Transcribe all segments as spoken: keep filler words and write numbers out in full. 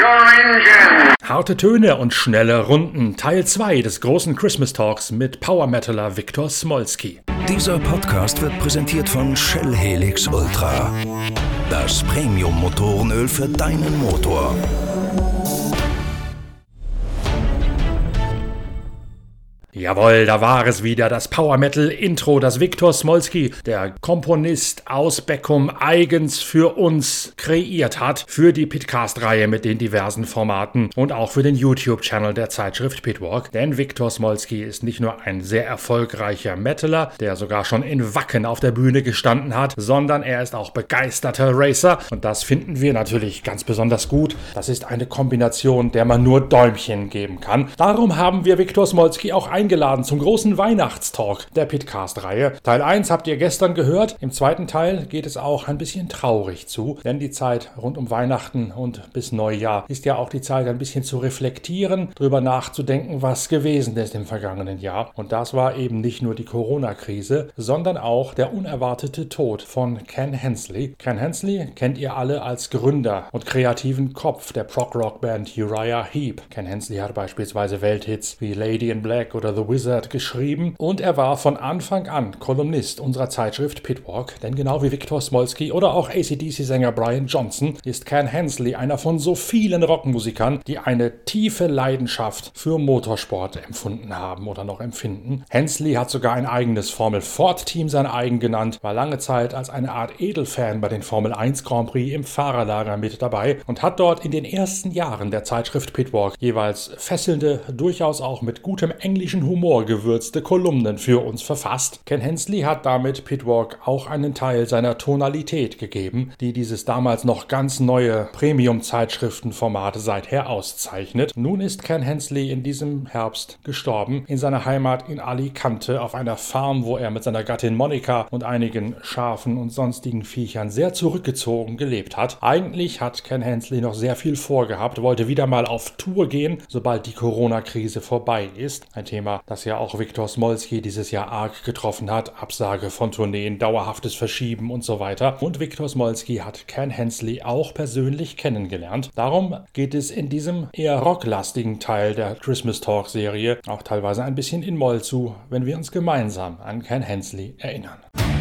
your engine! Harte Töne und schnelle Runden. Teil zwei des großen Christmas Talks mit Power Metaler Viktor Smolski. Dieser Podcast wird präsentiert von Shell Helix Ultra. Das Premium-Motorenöl für deinen Motor. Jawohl, da war es wieder, das Power-Metal-Intro, das Viktor Smolski, der Komponist aus Beckum, eigens für uns kreiert hat, für die Pitcast-Reihe mit den diversen Formaten und auch für den YouTube-Channel der Zeitschrift Pitwalk. Denn Viktor Smolski ist nicht nur ein sehr erfolgreicher Metaler, der sogar schon in Wacken auf der Bühne gestanden hat, sondern er ist auch begeisterter Racer und das finden wir natürlich ganz besonders gut. Das ist eine Kombination, der man nur Däumchen geben kann. Darum haben wir Viktor Smolski auch eingeladen zum großen Weihnachtstalk der Pitcast-Reihe. Teil eins habt ihr gestern gehört. Im zweiten Teil geht es auch ein bisschen traurig zu, denn die Zeit rund um Weihnachten und bis Neujahr ist ja auch die Zeit, ein bisschen zu reflektieren, drüber nachzudenken, was gewesen ist im vergangenen Jahr. Und das war eben nicht nur die Corona-Krise, sondern auch der unerwartete Tod von Ken Hensley. Ken Hensley kennt ihr alle als Gründer und kreativen Kopf der Prog-Rock-Band Uriah Heep. Ken Hensley hat beispielsweise Welthits wie Lady in Black oder The Wizard geschrieben und er war von Anfang an Kolumnist unserer Zeitschrift Pitwalk, denn genau wie Viktor Smolski oder auch A C D C-Sänger Brian Johnson ist Ken Hensley einer von so vielen Rockmusikern, die eine tiefe Leidenschaft für Motorsport empfunden haben oder noch empfinden. Hensley hat sogar ein eigenes Formel-Ford-Team sein eigen genannt, war lange Zeit als eine Art Edelfan bei den Formel eins Grand Prix im Fahrerlager mit dabei und hat dort in den ersten Jahren der Zeitschrift Pitwalk jeweils fesselnde, durchaus auch mit gutem englischen Humor gewürzte Kolumnen für uns verfasst. Ken Hensley hat damit Pitwalk auch einen Teil seiner Tonalität gegeben, die dieses damals noch ganz neue Premium-Zeitschriftenformat seither auszeichnet. Nun ist Ken Hensley in diesem Herbst gestorben, in seiner Heimat in Alicante auf einer Farm, wo er mit seiner Gattin Monica und einigen Schafen und sonstigen Viechern sehr zurückgezogen gelebt hat. Eigentlich hat Ken Hensley noch sehr viel vorgehabt, wollte wieder mal auf Tour gehen, sobald die Corona-Krise vorbei ist. Ein Thema, das ja auch Viktor Smolski dieses Jahr arg getroffen hat. Absage von Tourneen, dauerhaftes Verschieben und so weiter. Und Viktor Smolski hat Ken Hensley auch persönlich kennengelernt. Darum geht es in diesem eher rocklastigen Teil der Christmas Talk-Serie auch teilweise ein bisschen in Moll zu, wenn wir uns gemeinsam an Ken Hensley erinnern.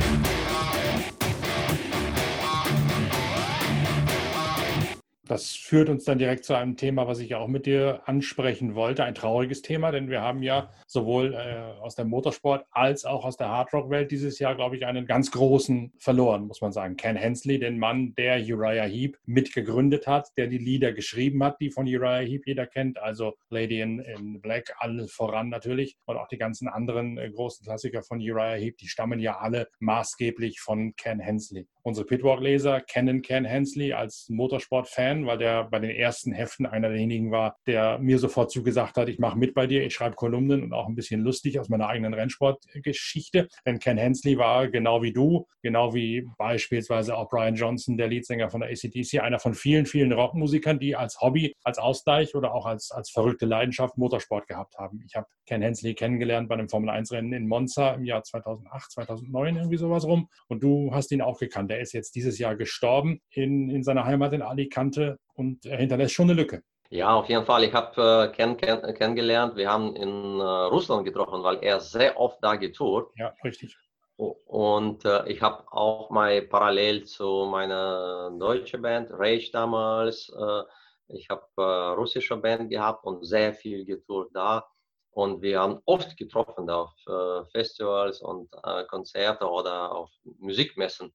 Das führt uns dann direkt zu einem Thema, was ich auch mit dir ansprechen wollte. Ein trauriges Thema, denn wir haben ja sowohl äh, aus der Motorsport- als auch aus der Hardrock-Welt dieses Jahr, glaube ich, einen ganz großen verloren, muss man sagen. Ken Hensley, den Mann, der Uriah Heep mitgegründet hat, der die Lieder geschrieben hat, die von Uriah Heep jeder kennt. Also Lady in, in Black, alle voran natürlich. Und auch die ganzen anderen äh, großen Klassiker von Uriah Heep, die stammen ja alle maßgeblich von Ken Hensley. Unsere Pitwalk-Leser kennen Ken Hensley als Motorsport-Fan, weil der bei den ersten Heften einer derjenigen war, der mir sofort zugesagt hat, ich mache mit bei dir, ich schreibe Kolumnen und auch ein bisschen lustig aus meiner eigenen Rennsportgeschichte. Denn Ken Hensley war genau wie du, genau wie beispielsweise auch Brian Johnson, der Leadsänger von der A C D C, einer von vielen, vielen Rockmusikern, die als Hobby, als Ausgleich oder auch als, als verrückte Leidenschaft Motorsport gehabt haben. Ich habe Ken Hensley kennengelernt bei einem Formel eins Rennen in Monza im Jahr zweitausendacht, zweitausendneun, irgendwie sowas rum. Und du hast ihn auch gekannt. Er ist jetzt dieses Jahr gestorben in, in seiner Heimat in Alicante und er hinterlässt schon eine Lücke. Ja, auf jeden Fall. Ich habe äh, kenn, kenn, kennengelernt. Wir haben in äh, Russland getroffen, weil er sehr oft da getourt. Ja, richtig. Und äh, ich habe auch mal parallel zu meiner deutschen Band, Rage damals, äh, ich habe äh, russische Band gehabt und sehr viel getourt da. Und wir haben oft getroffen auf äh, Festivals und äh, Konzerte oder auf Musikmessen.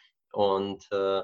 Und äh,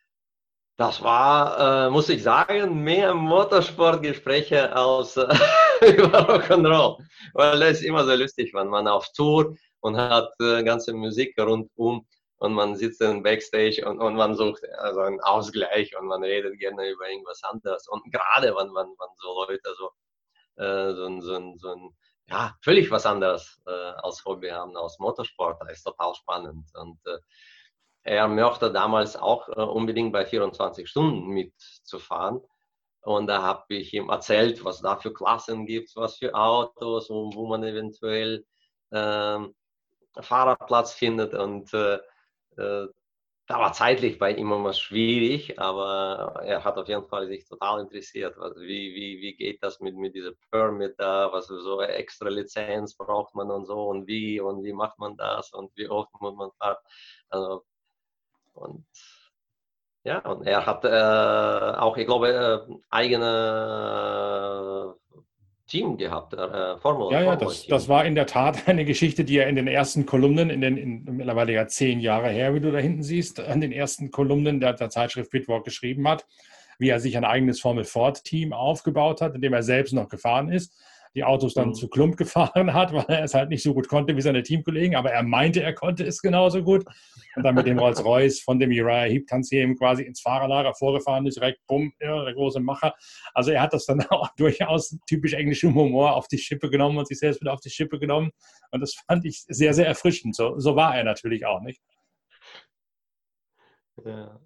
das war, äh, muss ich sagen, mehr Motorsportgespräche als äh, über Rock'n'Roll. Weil das ist immer so lustig, wenn man auf Tour und hat äh, ganze Musik rundum und man sitzt in Backstage und, und man sucht also einen Ausgleich und man redet gerne über irgendwas anderes. Und gerade wenn man, wenn so Leute so, äh, so, ein, so, ein, so ein, ja, völlig was anderes äh, als Hobby haben, als Motorsport, das ist total spannend. Und äh, er möchte damals auch äh, unbedingt bei vierundzwanzig Stunden mitzufahren. Und da habe ich ihm erzählt, was da für Klassen gibt, was für Autos und wo man eventuell ähm, Fahrerplatz findet. Und äh, äh, da war zeitlich bei ihm immer schwierig, aber er hat auf jeden Fall sich total interessiert. Also wie, wie, wie geht das mit, mit dieser Permit da, was so extra Lizenz braucht man und so und wie und wie macht man das und wie oft muss man fahren. Also, und ja, und er hat äh, auch, ich glaube, äh, eigene Team gehabt, äh, Formel, Ja, ja, das, das Formel-Team. war in der Tat eine Geschichte, die er in den ersten Kolumnen, in den in, mittlerweile ja zehn Jahre her, wie du da hinten siehst, an den ersten Kolumnen der, der Zeitschrift Pitwalk geschrieben hat, wie er sich ein eigenes Formel-Ford-Team aufgebaut hat, in dem er selbst noch gefahren ist, die Autos dann Mhm. zu Klump gefahren hat, weil er es halt nicht so gut konnte wie seine Teamkollegen, aber er meinte, er konnte es genauso gut. Und dann mit dem Rolls-Royce von dem Uriah Heep-Tantiem quasi ins Fahrerlager vorgefahren ist, direkt, bumm, ja, der große Macher. Also er hat das dann auch durchaus typisch englischem Humor auf die Schippe genommen und sich selbst wieder auf die Schippe genommen. Und das fand ich sehr, sehr erfrischend. So, so war er natürlich auch, nicht? Ja,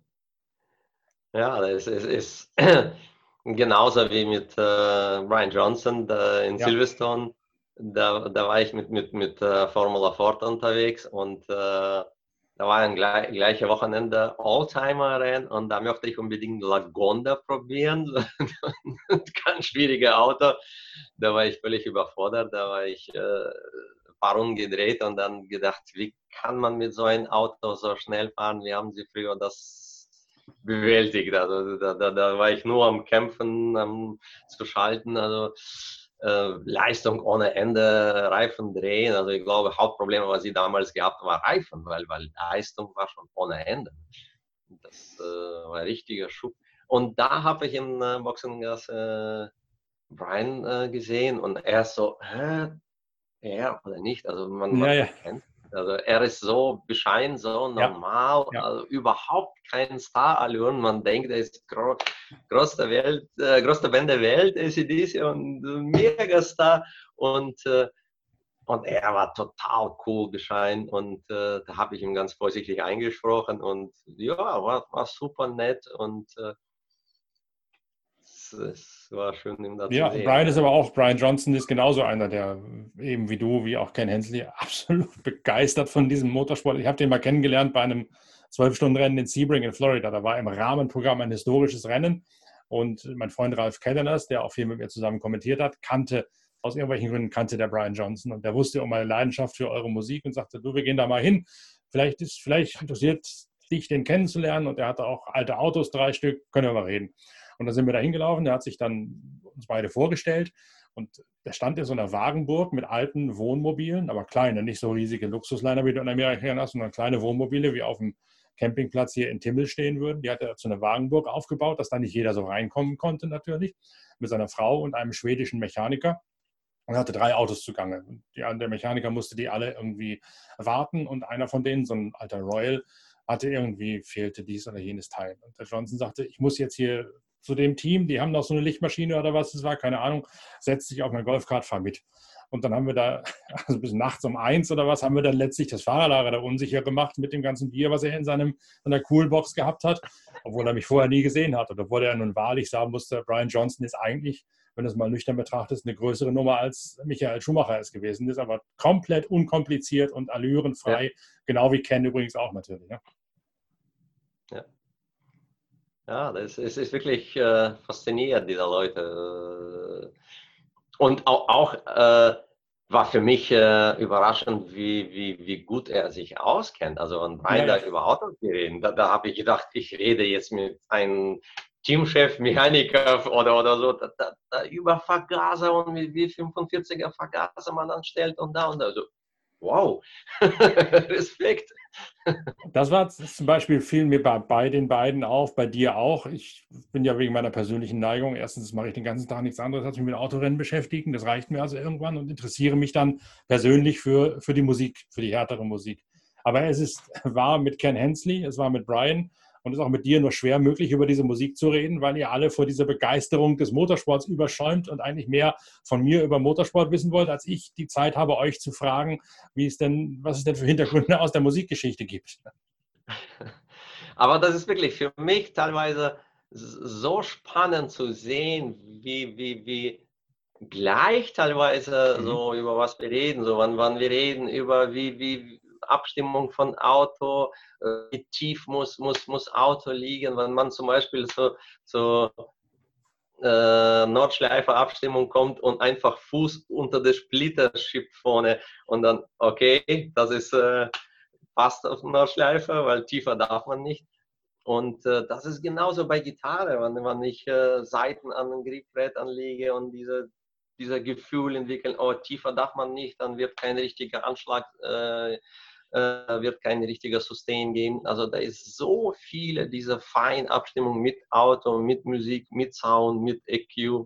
ja, das ist, ist genauso wie mit äh, Brian Johnson da in Ja. Silverstone. Da, da war ich mit, mit, mit äh, Formula Ford unterwegs und äh, da war ein gleich, gleiche Wochenende Oldtimer-Rennen und da möchte ich unbedingt Lagonda probieren. Ganz schwierige Auto. Da war ich völlig überfordert. Da war ich äh, ein paar Runden gedreht und dann gedacht, wie kann man mit so einem Auto so schnell fahren? Wie haben sie früher das bewältigt? Also da, da, da war ich nur am Kämpfen, am zu schalten. Also äh, Leistung ohne Ende, Reifen drehen. Also ich glaube, Hauptproblem, was sie damals gehabt war Reifen, weil, weil Leistung war schon ohne Ende. Das äh, war ein richtiger Schub. Und da habe ich in äh, Boxengasse äh, Brian äh, gesehen und er ist so, hä, er oder nicht? Also man, Ja, man ja, erkennt. Also er ist so bescheiden, so ja, normal, ja. also überhaupt kein Starallüren. Man denkt, er ist gro größte Welt, äh, größte Band der Welt, A C D C und äh, Megastar. Und, äh, und er war total cool bescheiden und äh, da habe ich ihm ganz vorsichtig eingesprochen und ja, war, war super nett und äh, es, es war schön, ihn da zu Ja, sehen. Brian ist Ja. aber auch, Brian Johnson ist genauso einer, der eben wie du, wie auch Ken Hensley, absolut begeistert von diesem Motorsport. Ich habe den mal kennengelernt bei einem zwölf-Stunden-Rennen in Sebring in Florida. Da war im Rahmenprogramm ein historisches Rennen und mein Freund Ralf Kelleners, der auch viel mit mir zusammen kommentiert hat, kannte, aus irgendwelchen Gründen kannte der Brian Johnson und der wusste um meine Leidenschaft für eure Musik und sagte, du, wir gehen da mal hin. Vielleicht ist, vielleicht interessiert dich, den kennenzulernen und er hatte auch alte Autos, drei Stück, können wir mal reden. Und da sind wir da hingelaufen, der hat sich dann uns beide vorgestellt und der stand in so einer Wagenburg mit alten Wohnmobilen, aber kleine, nicht so riesige Luxusliner, wie du in Amerika hast, sondern kleine Wohnmobile, wie auf dem Campingplatz hier in Timmel stehen würden. Die hat er zu einer Wagenburg aufgebaut, dass da nicht jeder so reinkommen konnte natürlich, mit seiner Frau und einem schwedischen Mechaniker. Und er hatte drei Autos zugange. Die, der Mechaniker musste die alle irgendwie warten und einer von denen, so ein alter Royal, hatte irgendwie, fehlte dies oder jenes Teil. Und der Johnson sagte, ich muss jetzt hier zu dem Team, die haben noch so eine Lichtmaschine oder was es war, keine Ahnung, setzt sich auf mein Golfkart, fahr mit. Und dann haben wir da, also bis nachts um eins oder was, haben wir dann letztlich das Fahrerlager da unsicher gemacht mit dem ganzen Bier, was er in seinem, in der Coolbox gehabt hat, obwohl er mich vorher nie gesehen hat. Und obwohl er nun wahrlich sagen musste, Brian Johnson ist eigentlich, wenn du es mal nüchtern betrachtest, eine größere Nummer als Michael Schumacher es gewesen ist, aber komplett unkompliziert und allürenfrei, Ja. genau wie Ken übrigens auch natürlich. Ne? Ja. Ja, das ist, ist wirklich äh, faszinierend, diese Leute. Und auch, auch äh, war für mich äh, überraschend, wie, wie, wie gut er sich auskennt. Also, wenn Brian Ja, ja. da über Autos reden, da, da habe ich gedacht, ich rede jetzt mit einem Teamchef, Mechaniker oder, oder so, da, da, da über Vergaser und wie, wie fünfundvierziger Vergaser man anstellt und da und da. Also, wow, Respekt. Das war zum Beispiel, fiel mir bei, bei den beiden auf, bei dir auch. Ich bin ja wegen meiner persönlichen Neigung, erstens mache ich den ganzen Tag nichts anderes, als mich mit Autorennen beschäftigen. Das reicht mir also irgendwann und interessiere mich dann persönlich für, für die Musik, für die härtere Musik. Aber es ist, war mit Ken Hensley, es war mit Brian und es ist auch mit dir nur schwer möglich, über diese Musik zu reden, weil ihr alle vor dieser Begeisterung des Motorsports überschäumt und eigentlich mehr von mir über Motorsport wissen wollt, als ich die Zeit habe, euch zu fragen, wie es denn, was es denn für Hintergründe aus der Musikgeschichte gibt. Aber das ist wirklich für mich teilweise so spannend zu sehen, wie, wie, wie gleich teilweise Mhm. so über was wir reden, so wann, wann wir reden über wie, wie Abstimmung von Auto, äh, wie tief muss, muss, muss Auto liegen, wenn man zum Beispiel so, so äh, Nordschleife-Abstimmung kommt und einfach Fuß unter der Splitter schiebt vorne und dann, okay, das ist äh, passt auf Nordschleife, weil tiefer darf man nicht. Und äh, das ist genauso bei Gitarre, wenn, wenn ich äh, Saiten an ein Griffbrett anlege und diese, dieser Gefühl entwickeln, oh, tiefer darf man nicht, dann wird kein richtiger Anschlag, äh, äh, wird kein richtiger Sustain geben. Also da ist so viele dieser Feinabstimmung mit Auto, mit Musik, mit Sound, mit E Q.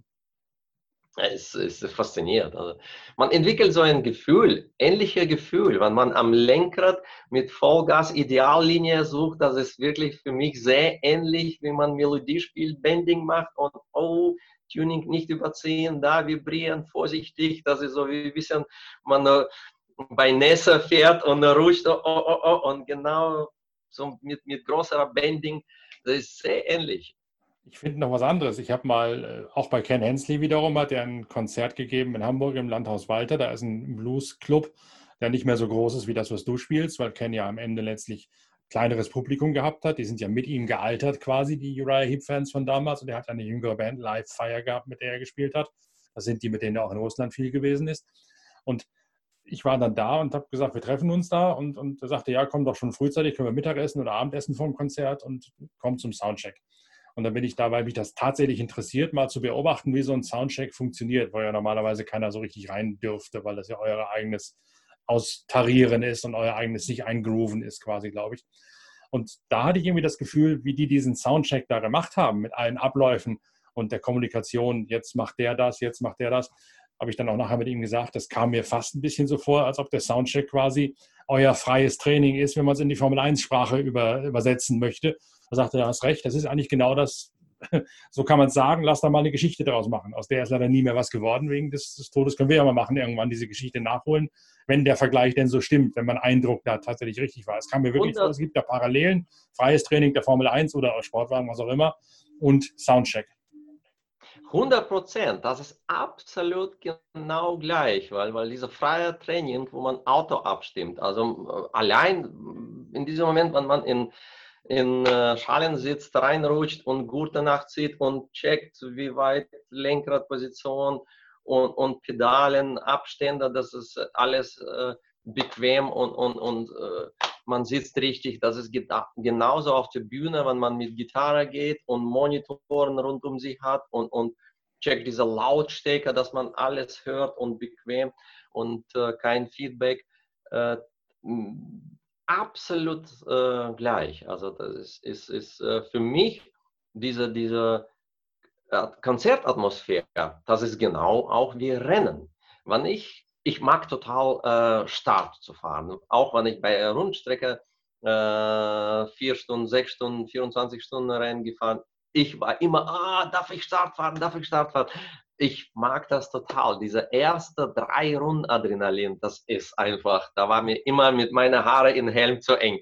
Es ist faszinierend. Also man entwickelt so ein Gefühl, ähnliches Gefühl, wenn man am Lenkrad mit Vollgas Ideallinie sucht, das ist wirklich für mich sehr ähnlich, wie man Melodie spielt, Bending macht und oh, Tuning nicht überziehen, da vibrieren, vorsichtig, das ist so wie ein bisschen, man äh, bei Nässe fährt und ruhig so, oh, oh, oh, und genau so mit, mit größerer Bending, das ist sehr ähnlich. Ich finde noch was anderes. Ich habe mal, äh, auch bei Ken Hensley wiederum, hat er ein Konzert gegeben in Hamburg im Landhaus Walter. Da ist ein Blues-Club, der nicht mehr so groß ist wie das, was du spielst, weil Ken ja am Ende letztlich kleineres Publikum gehabt hat. Die sind ja mit ihm gealtert quasi, die Uriah Heep-Fans von damals. Und er hat eine jüngere Band, Live Fire, gehabt, mit der er gespielt hat. Das sind die, mit denen er auch in Russland viel gewesen ist. Und ich war dann da und habe gesagt, wir treffen uns da. Und, und er sagte, ja, komm doch schon frühzeitig, können wir Mittagessen oder Abendessen vom Konzert und komm zum Soundcheck. Und dann bin ich da, weil mich das tatsächlich interessiert, mal zu beobachten, wie so ein Soundcheck funktioniert, wo ja normalerweise keiner so richtig rein dürfte, weil das ja euer eigenes Austarieren ist und euer eigenes sich eingrooven ist quasi, glaube ich. Und da hatte ich irgendwie das Gefühl, wie die diesen Soundcheck da gemacht haben mit allen Abläufen und der Kommunikation, jetzt macht der das, jetzt macht der das, habe ich dann auch nachher mit ihm gesagt, das kam mir fast ein bisschen so vor, als ob der Soundcheck quasi euer freies Training ist, wenn man es in die Formel eins Sprache über, übersetzen möchte. Da sagte er, du hast recht, das ist eigentlich genau das, so kann man es sagen, lass da mal eine Geschichte daraus machen. Aus der ist leider nie mehr was geworden wegen des, des Todes. Können wir ja mal machen, irgendwann diese Geschichte nachholen, wenn der Vergleich denn so stimmt, wenn mein Eindruck da tatsächlich richtig war. Es kam mir wirklich vor, es gibt da Parallelen, freies Training der Formel eins oder Sportwagen, was auch immer, und Soundcheck. hundert Prozent, das ist absolut genau gleich, weil, weil diese freie Training, wo man Auto abstimmt, also allein in diesem Moment, wenn man in in äh, Schalen sitzt, reinrutscht und Gurte nachzieht und checkt, wie weit Lenkradposition und, und Pedalen, Abstände, das ist alles äh, bequem und, und, und äh, man sitzt richtig. Das ist genauso auf der Bühne, wenn man mit Gitarre geht und Monitoren rund um sich hat und, und checkt diese Lautstärke, dass man alles hört und bequem und äh, kein Feedback. Äh, Absolut äh, gleich. Also das ist, ist, ist äh, für mich diese, diese äh, Konzertatmosphäre, das ist genau auch wie Rennen. Wenn ich, ich mag total äh, Start zu fahren, auch wenn ich bei der Rundstrecke äh, vier Stunden, sechs Stunden, vierundzwanzig Stunden Rennen gefahren, ich war immer, ah, darf ich Start fahren, darf ich Start fahren. Ich mag das total. Diese erste drei Runden Adrenalin, das ist einfach, da war mir immer mit meinen Haaren im Helm zu eng.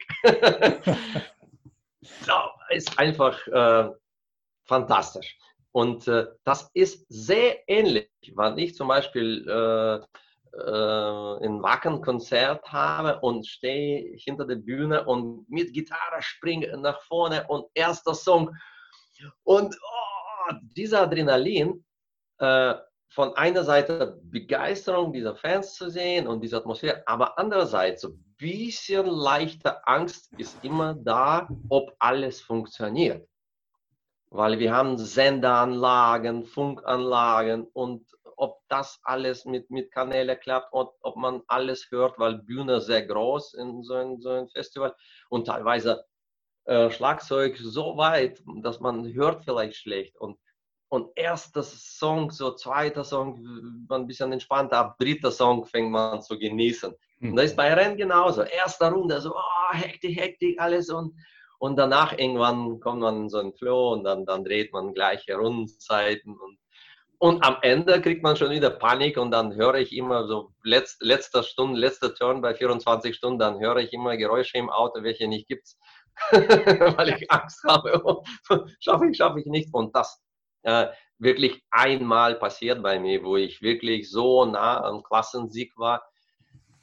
Das ist einfach äh, fantastisch. Und äh, das ist sehr ähnlich, wenn ich zum Beispiel äh, äh, ein Wacken-Konzert habe und stehe hinter der Bühne und mit Gitarre springe nach vorne und erster Song. Und oh, dieser Adrenalin, von einer Seite Begeisterung dieser Fans zu sehen und diese Atmosphäre, aber andererseits so ein bisschen leichte Angst ist immer da, ob alles funktioniert. Weil wir haben Senderanlagen, Funkanlagen und ob das alles mit, mit Kanälen klappt und ob man alles hört, weil Bühne sehr groß in so ein, so ein Festival und teilweise äh, Schlagzeug so weit, dass man hört vielleicht schlecht und Und erster Song, so zweiter Song, ein bisschen entspannter, ab dritter Song fängt man zu genießen. Und das ist bei Rennen genauso. Erste Runde, so oh, Hektik, Hektik, alles. Und, und danach irgendwann kommt man in so einen Flow und dann, dann dreht man gleiche Rundenzeiten. Und, und am Ende kriegt man schon wieder Panik und dann höre ich immer so, letzt, letzter Stunde, letzter Turn bei vierundzwanzig Stunden, dann höre ich immer Geräusche im Auto, welche nicht gibt es, weil ich Angst habe. Schaffe ich, schaffe ich nicht. Und das Äh, wirklich einmal passiert bei mir, wo ich wirklich so nah am Klassensieg war.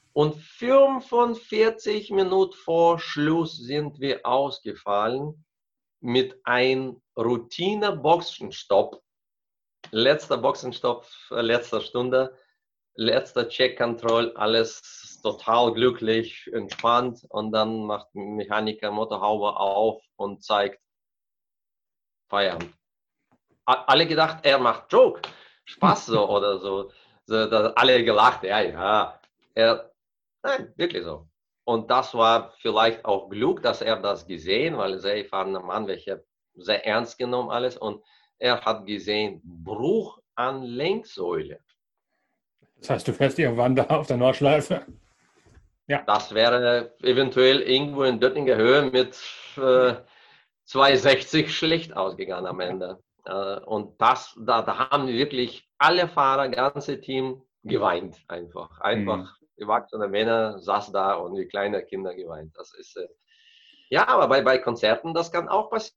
Und fünfundvierzig Minuten vor Schluss sind wir ausgefallen mit einem Routine-Boxenstopp. Letzter Boxenstopp, letzter Stunde, letzter Check-Control, alles total glücklich, entspannt. Und dann macht Mechaniker Motorhaube auf und zeigt Feierabend. Alle gedacht, er macht Joke, Spaß so oder so. so alle gelacht, ja, ja. Er, nein, wirklich so. Und das war vielleicht auch Glück, dass er das gesehen, weil ein sehr erfahrener Mann, welcher sehr ernst genommen alles. Und er hat gesehen, Bruch an Lenksäule. Das heißt, du fährst irgendwann da auf der Nordschleife? Ja. Das wäre eventuell irgendwo in Döttinger Höhe mit äh, zweihundertsechzig schlecht ausgegangen am Ende. Äh, und das, da, da haben wirklich alle Fahrer, ganze Team geweint einfach. Einfach mhm. erwachsene Männer saßen da und wie kleine Kinder geweint. Das ist, äh, ja, aber bei, bei Konzerten, das kann auch passieren.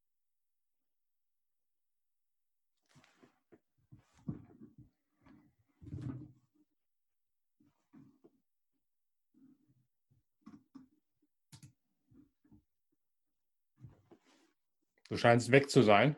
Du scheinst weg zu sein.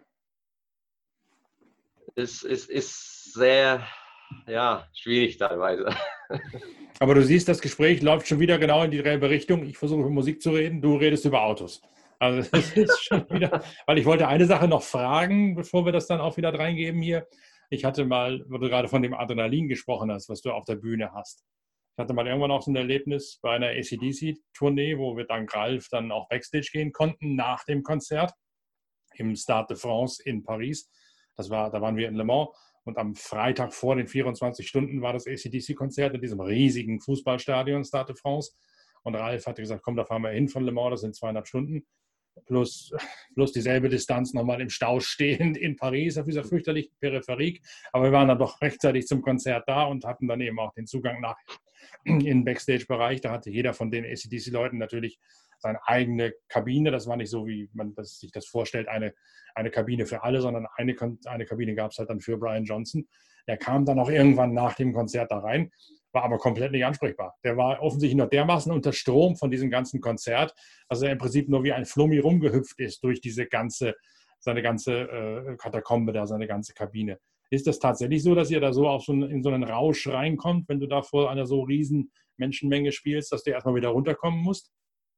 Es ist, ist sehr, ja, schwierig teilweise. Aber du siehst, das Gespräch läuft schon wieder genau in dieselbe Richtung. Ich versuche über Musik zu reden, du redest über Autos. Also das ist schon wieder, weil ich wollte eine Sache noch fragen, bevor wir das dann auch wieder reingeben hier. Ich hatte mal, wo du gerade von dem Adrenalin gesprochen hast, was du auf der Bühne hast. Ich hatte mal irgendwann auch so ein Erlebnis bei einer A C D C-Tournee, wo wir dank Ralf dann auch Backstage gehen konnten nach dem Konzert im Stade de France in Paris. Das war, da waren wir in Le Mans und am Freitag vor den vierundzwanzig Stunden war das A C D C-Konzert in diesem riesigen Fußballstadion Stade de France. Und Ralf hatte gesagt, komm, da fahren wir hin von Le Mans, das sind zweieinhalb Stunden. Plus, plus dieselbe Distanz nochmal im Stau stehend in Paris auf dieser fürchterlichen Peripherie. Aber wir waren dann doch rechtzeitig zum Konzert da und hatten dann eben auch den Zugang nach in den Backstage-Bereich. Da hatte jeder von den A C D C-Leuten natürlich seine eigene Kabine. Das war nicht so, wie man das, sich das vorstellt, eine, eine Kabine für alle, sondern eine, eine Kabine gab es halt dann für Brian Johnson. Der kam dann auch irgendwann nach dem Konzert da rein, war aber komplett nicht ansprechbar. Der war offensichtlich noch dermaßen unter Strom von diesem ganzen Konzert, dass er im Prinzip nur wie ein Flummi rumgehüpft ist durch diese ganze, seine ganze äh, Katakombe da, seine ganze Kabine. Ist das tatsächlich so, dass ihr da so, auf so einen, in so einen Rausch reinkommt, wenn du da vor einer so riesen Menschenmenge spielst, dass du erstmal wieder runterkommen musst?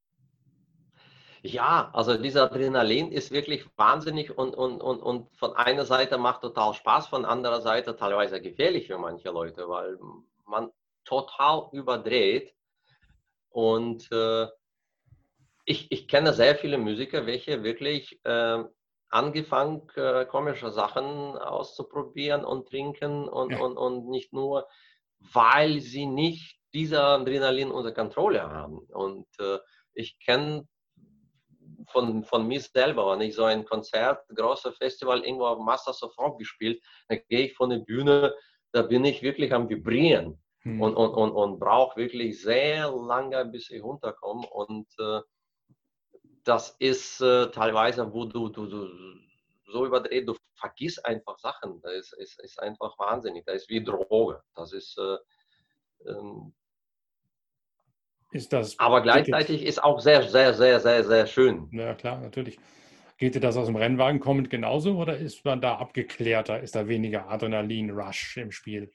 Ja, also dieser Adrenalin ist wirklich wahnsinnig und, und, und, und von einer Seite macht total Spaß, von anderer Seite teilweise gefährlich für manche Leute, weil man total überdreht. Und äh, ich, ich kenne sehr viele Musiker, welche wirklich äh, angefangen, äh, komische Sachen auszuprobieren und trinken und, ja. und, und nicht nur, weil sie nicht dieser Adrenalin unter Kontrolle haben. Und äh, ich kenne von, von mir selber, wenn ich so ein Konzert, großes Festival, irgendwo auf Masters of Rock gespielt, dann gehe ich von der Bühne, da bin ich wirklich am Vibrieren hm. und, und, und, und brauche wirklich sehr lange, bis ich runterkomme. Und äh, das ist äh, teilweise, wo du, du, du so überdreht, du vergisst einfach Sachen. Das ist, ist, ist einfach wahnsinnig. Das ist wie Droge. Das ist äh, ähm, Ist das, aber gleichzeitig ist auch sehr, sehr, sehr, sehr, sehr schön. Ja, klar, natürlich. Geht dir das aus dem Rennwagen kommend genauso oder ist man da abgeklärter? Ist da weniger Adrenalin-Rush im Spiel?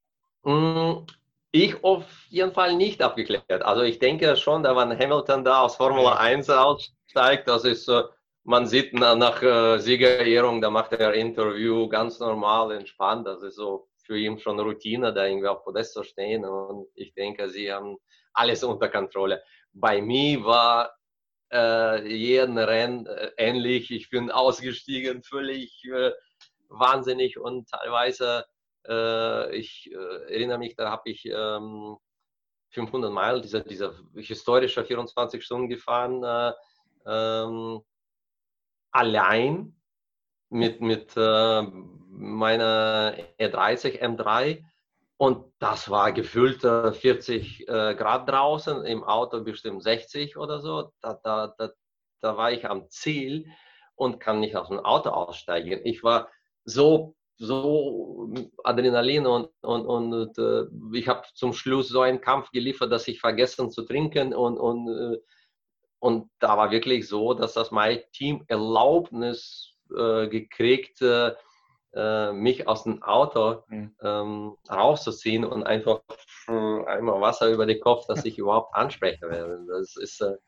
Ich auf jeden Fall nicht abgeklärt. Also ich denke schon, da wenn Hamilton da aus Formel ja. eins aussteigt, das ist, man sieht nach Siegerehrung, da macht er ein Interview ganz normal, entspannt. Das ist so für ihn schon Routine, da irgendwie auf Podest zu stehen. Und ich denke, sie haben alles unter Kontrolle. Bei mir war äh, jeden Rennen äh, ähnlich. Ich bin ausgestiegen, völlig äh, wahnsinnig und teilweise, äh, ich äh, erinnere mich, da habe ich ähm, fünfhundert Meilen, dieser, dieser historische vierundzwanzig Stunden gefahren, äh, ähm, allein mit, mit äh, meiner E dreißig M drei. Und das war gefühlt äh, vierzig äh, Grad draußen, im Auto bestimmt sechzig oder so. Da, da, da, da war ich am Ziel und kann nicht aus dem Auto aussteigen. Ich war so so Adrenalin und, und, und äh, ich habe zum Schluss so einen Kampf geliefert, dass ich vergessen zu trinken und, und, äh, und da war wirklich so, dass das mein Team Erlaubnis äh, gekriegt, äh, mich aus dem Auto ähm, rauszuziehen und einfach äh, einmal Wasser über den Kopf, dass ich überhaupt ansprechen werde. Das ist, äh,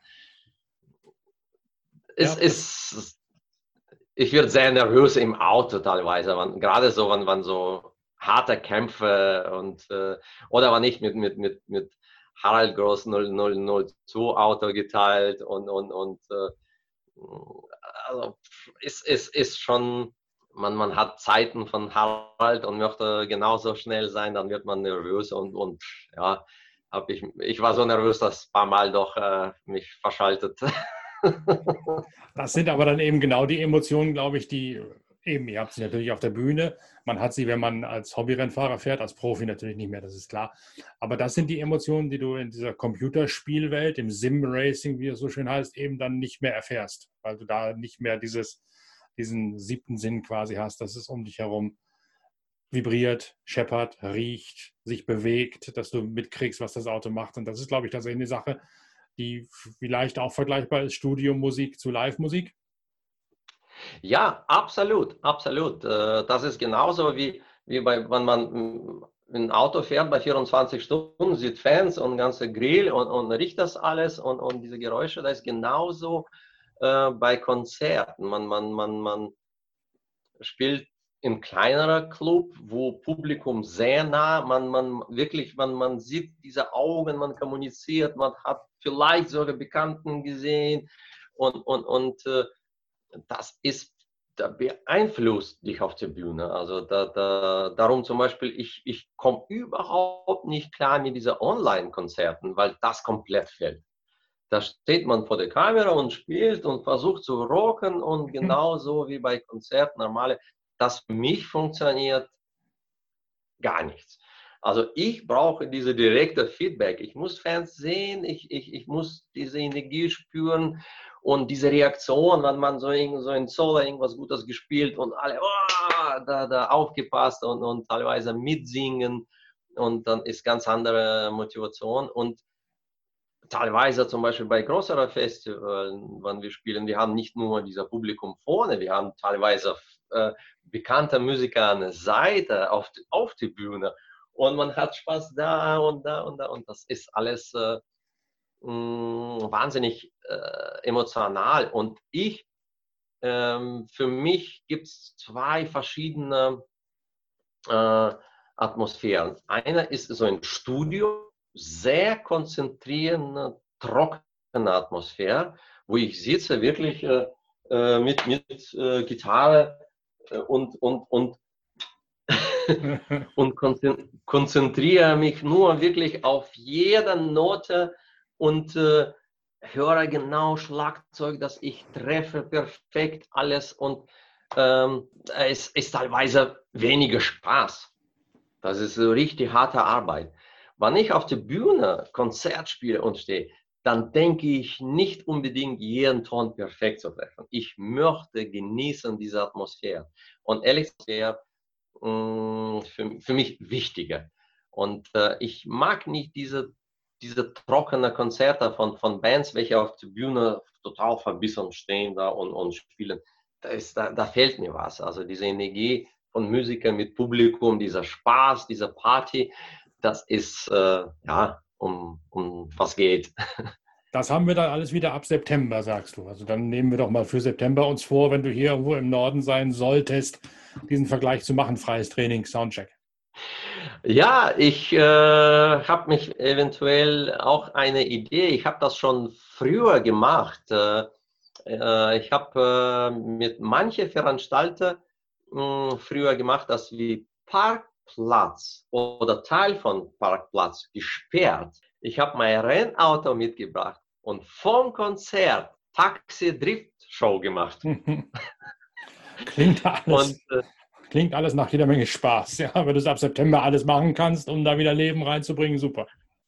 ist, Ja, ist ich werde sehr nervös im Auto teilweise, wenn, gerade so, wenn, wenn so harte Kämpfe und äh, oder wenn ich mit, mit, mit, mit Harald Groß null null null zwei Auto geteilt und, und, und äh, also ist, ist, ist schon, man, man hat Zeiten von Harald und möchte genauso schnell sein, dann wird man nervös und, und ja, hab ich, ich war so nervös, dass ein paar Mal doch äh, mich verschaltet. Das sind aber dann eben genau die Emotionen, glaube ich, die eben, ihr habt sie natürlich auf der Bühne, man hat sie, wenn man als Hobbyrennfahrer fährt, als Profi natürlich nicht mehr, das ist klar. Aber das sind die Emotionen, die du in dieser Computerspielwelt, im Sim-Racing, wie es so schön heißt, eben dann nicht mehr erfährst, weil du da nicht mehr dieses, diesen siebten Sinn quasi hast, dass es um dich herum vibriert, scheppert, riecht, sich bewegt, dass du mitkriegst, was das Auto macht. Und das ist, glaube ich, tatsächlich eine Sache, die vielleicht auch vergleichbar ist, Studiomusik zu Live-Musik? Ja, absolut, absolut. Das ist genauso wie, wie bei, wenn man ein Auto fährt bei vierundzwanzig Stunden, sieht Fans und ganze Grill und, und riecht das alles und, und diese Geräusche, das ist genauso äh, bei Konzerten. Man, man, man, man spielt in kleinerer Club, wo Publikum sehr nah, man, man wirklich, man, man sieht diese Augen, man kommuniziert, man hat vielleicht sogar Bekannten gesehen und, und, und äh, das ist, da beeinflusst dich auf der Bühne. Also da, da, darum zum Beispiel, ich, ich komme überhaupt nicht klar mit diesen Online-Konzerten, weil das komplett fehlt. Da steht man vor der Kamera und spielt und versucht zu rocken und genauso wie bei Konzerten normale, das für mich funktioniert gar nichts. Also ich brauche diese direkte Feedback. Ich muss Fans sehen, ich, ich, ich muss diese Energie spüren und diese Reaktion, wenn man so, so ein Solo irgendwas Gutes gespielt und alle oh, da, da aufgepasst und, und teilweise mitsingen und dann ist ganz andere Motivation und teilweise zum Beispiel bei größeren Festivals, wenn wir spielen, wir haben nicht nur dieser Publikum vorne, wir haben teilweise äh, bekannte Musiker an der Seite auf die, auf die Bühne und man hat Spaß da und da und da und das ist alles äh, mh, wahnsinnig äh, emotional und ich, ähm, für mich gibt es zwei verschiedene äh, Atmosphären. Eine ist so ein Studio, sehr konzentrierende, trockene Atmosphäre, wo ich sitze wirklich äh, mit, mit äh, Gitarre äh, und, und, und, und konzentriere mich nur wirklich auf jede Note und äh, höre genau Schlagzeug, das ich treffe, perfekt alles und ähm, es ist teilweise weniger Spaß. Das ist so richtig harte Arbeit. Wenn ich auf der Bühne Konzert spiele und stehe, dann denke ich nicht unbedingt jeden Ton perfekt zu treffen. Ich möchte genießen diese Atmosphäre. Und ehrlich gesagt, für, für mich wichtiger. Und äh, ich mag nicht diese, diese trockenen Konzerte von, von Bands, welche auf der Bühne total verbissen stehen da und, und spielen. Da, ist, da, da fehlt mir was. Also diese Energie von Musikern mit Publikum, dieser Spaß, diese Party, das ist, äh, ja, um, um was geht. Das haben wir dann alles wieder ab September, sagst du. Also dann nehmen wir doch mal für September uns vor, wenn du hier irgendwo im Norden sein solltest, diesen Vergleich zu machen, freies Training, Soundcheck. Ja, ich äh, habe mich eventuell auch eine Idee. Ich habe das schon früher gemacht. Äh, äh, ich habe äh, mit manchen Veranstaltern mh, früher gemacht, dass wir Parkplatz oder Teil von Parkplatz gesperrt. Ich habe mein Rennauto mitgebracht und vom Konzert Taxi-Drift-Show gemacht. Klingt alles, und, äh, klingt alles nach jeder Menge Spaß. Ja, wenn du es ab September alles machen kannst, um da wieder Leben reinzubringen, super.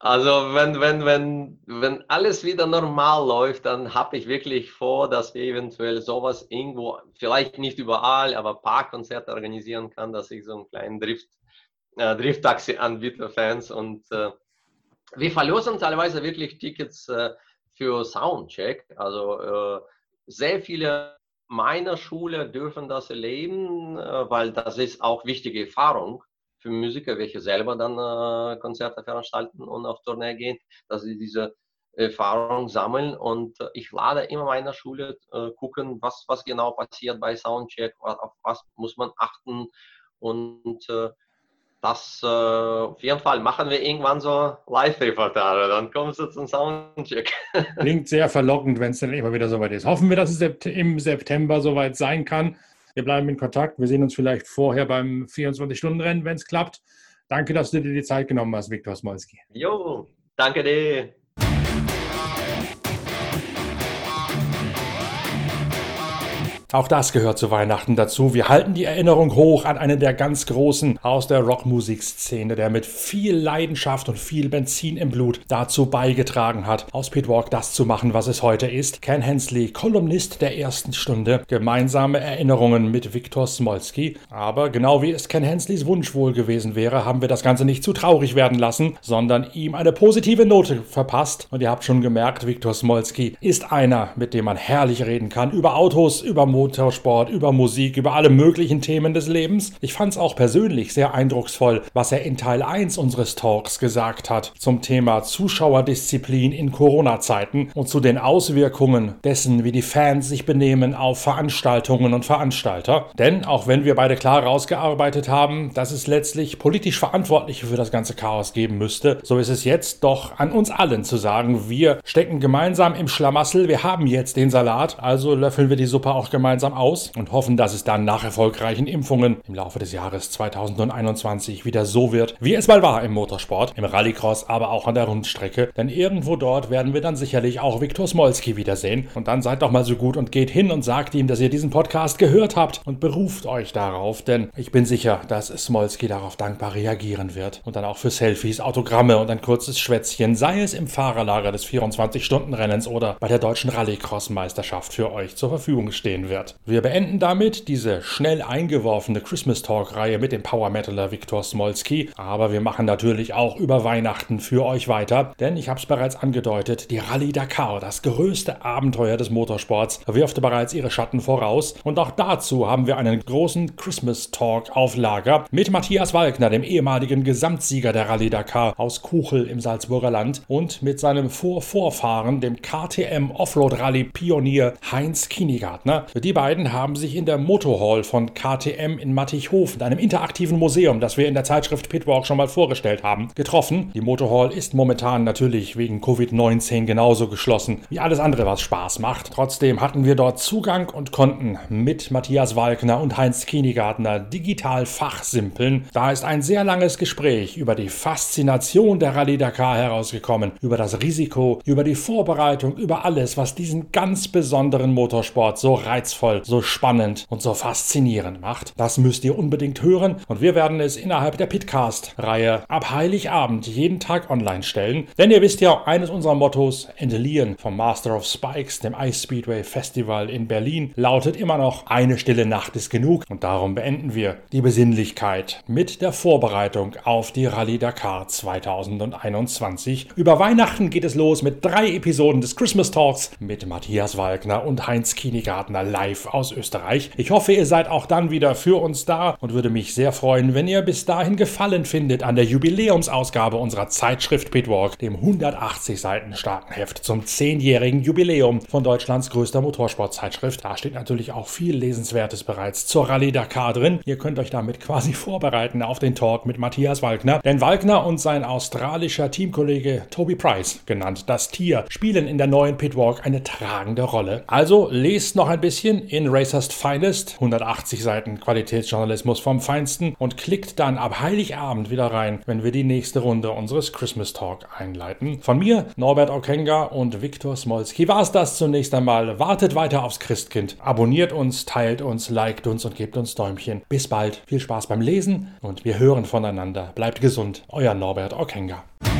Also wenn, wenn, wenn, wenn alles wieder normal läuft, dann habe ich wirklich vor, dass wir eventuell sowas irgendwo, vielleicht nicht überall, aber ein paar Konzerte organisieren kann, dass ich so einen kleinen Drift, äh, Drift-Taxi anbiete, Fans. Und äh, wir verlosen teilweise wirklich Tickets äh, für Soundcheck. Also äh, sehr viele meiner Schüler dürfen das erleben, äh, weil das ist auch wichtige Erfahrung für Musiker, welche selber dann äh, Konzerte veranstalten und auf Tournee gehen, dass sie diese Erfahrung sammeln. Und äh, ich lade immer meiner Schule äh, gucken, was, was genau passiert bei Soundcheck, auf was muss man achten. Und äh, das äh, auf jeden Fall machen wir irgendwann so Live-Reportage. Dann kommst du zum Soundcheck. Klingt sehr verlockend, wenn es dann immer wieder soweit ist. Hoffen wir, dass es im September soweit sein kann. Wir bleiben in Kontakt. Wir sehen uns vielleicht vorher beim vierundzwanzig-Stunden-Rennen, wenn es klappt. Danke, dass du dir die Zeit genommen hast, Viktor Smolski. Jo, danke dir. Auch das gehört zu Weihnachten dazu. Wir halten die Erinnerung hoch an einen der ganz Großen aus der Rockmusikszene, der mit viel Leidenschaft und viel Benzin im Blut dazu beigetragen hat, aus Pitwalk das zu machen, was es heute ist. Ken Hensley, Kolumnist der ersten Stunde, gemeinsame Erinnerungen mit Viktor Smolski. Aber genau wie es Ken Hensleys Wunsch wohl gewesen wäre, haben wir das Ganze nicht zu traurig werden lassen, sondern ihm eine positive Note verpasst. Und ihr habt schon gemerkt, Viktor Smolski ist einer, mit dem man herrlich reden kann, über Autos, über Motorsport, über Musik, über alle möglichen Themen des Lebens. Ich fand es auch persönlich sehr eindrucksvoll, was er in Teil eins unseres Talks gesagt hat zum Thema Zuschauerdisziplin in Corona-Zeiten und zu den Auswirkungen dessen, wie die Fans sich benehmen auf Veranstaltungen und Veranstalter. Denn auch wenn wir beide klar rausgearbeitet haben, dass es letztlich politisch Verantwortliche für das ganze Chaos geben müsste, so ist es jetzt doch an uns allen zu sagen, wir stecken gemeinsam im Schlamassel, wir haben jetzt den Salat, also löffeln wir die Suppe auch gemeinsam aus und hoffen, dass es dann nach erfolgreichen Impfungen im Laufe des Jahres zweitausendeinundzwanzig wieder so wird, wie es mal war im Motorsport, im Rallycross, aber auch an der Rundstrecke. Denn irgendwo dort werden wir dann sicherlich auch Viktor Smolski wiedersehen. Und dann seid doch mal so gut und geht hin und sagt ihm, dass ihr diesen Podcast gehört habt und beruft euch darauf, denn ich bin sicher, dass Smolski darauf dankbar reagieren wird und dann auch für Selfies, Autogramme und ein kurzes Schwätzchen, sei es im Fahrerlager des vierundzwanzig-Stunden-Rennens oder bei der deutschen Rallycross-Meisterschaft für euch zur Verfügung stehen wird. Wir beenden damit diese schnell eingeworfene Christmas Talk-Reihe mit dem Power Metaler Viktor Smolski, aber wir machen natürlich auch über Weihnachten für euch weiter, denn ich habe es bereits angedeutet, die Rallye Dakar, das größte Abenteuer des Motorsports, wirft bereits ihre Schatten voraus und auch dazu haben wir einen großen Christmas Talk auf Lager mit Matthias Walkner, dem ehemaligen Gesamtsieger der Rallye Dakar aus Kuchel im Salzburger Land und mit seinem Vorvorfahren, dem K T M Offroad Rallye Pionier Heinz Kinigartner. Die beiden haben sich in der Motorhall von K T M in Mattighofen, einem interaktiven Museum, das wir in der Zeitschrift Pitwalk schon mal vorgestellt haben, getroffen. Die Motorhall ist momentan natürlich wegen Covid neunzehn genauso geschlossen wie alles andere, was Spaß macht. Trotzdem hatten wir dort Zugang und konnten mit Matthias Walkner und Heinz Kinigartner digital fachsimpeln. Da ist ein sehr langes Gespräch über die Faszination der Rallye Dakar herausgekommen, über das Risiko, über die Vorbereitung, über alles, was diesen ganz besonderen Motorsport so reizvoll, so spannend und so faszinierend macht. Das müsst ihr unbedingt hören und wir werden es innerhalb der Pitcast-Reihe ab Heiligabend jeden Tag online stellen. Denn ihr wisst ja, eines unserer Mottos, entliehen vom Master of Spikes, dem Ice Speedway Festival in Berlin, lautet immer noch, eine stille Nacht ist genug und darum beenden wir die Besinnlichkeit mit der Vorbereitung auf die Rallye Dakar zweitausendeinundzwanzig. Über Weihnachten geht es los mit drei Episoden des Christmas Talks mit Matthias Walkner und Heinz Kinigartner live aus Österreich. Ich hoffe, ihr seid auch dann wieder für uns da und würde mich sehr freuen, wenn ihr bis dahin Gefallen findet an der Jubiläumsausgabe unserer Zeitschrift Pitwalk, dem hundertachtzig Seiten starken Heft zum zehnjährigen Jubiläum von Deutschlands größter Motorsportzeitschrift. Da steht natürlich auch viel Lesenswertes bereits zur Rallye Dakar drin. Ihr könnt euch damit quasi vorbereiten auf den Talk mit Matthias Walkner, denn Walkner und sein australischer Teamkollege Toby Price, genannt das Tier, spielen in der neuen Pitwalk eine tragende Rolle. Also lest noch ein bisschen in Racers Finest, hundertachtzig Seiten Qualitätsjournalismus vom Feinsten und klickt dann ab Heiligabend wieder rein, wenn wir die nächste Runde unseres Christmas Talk einleiten. Von mir, Norbert Okenga und Viktor Smolski war es das zunächst einmal. Wartet weiter aufs Christkind. Abonniert uns, teilt uns, liked uns und gebt uns Däumchen. Bis bald, viel Spaß beim Lesen und wir hören voneinander. Bleibt gesund, euer Norbert Okenga.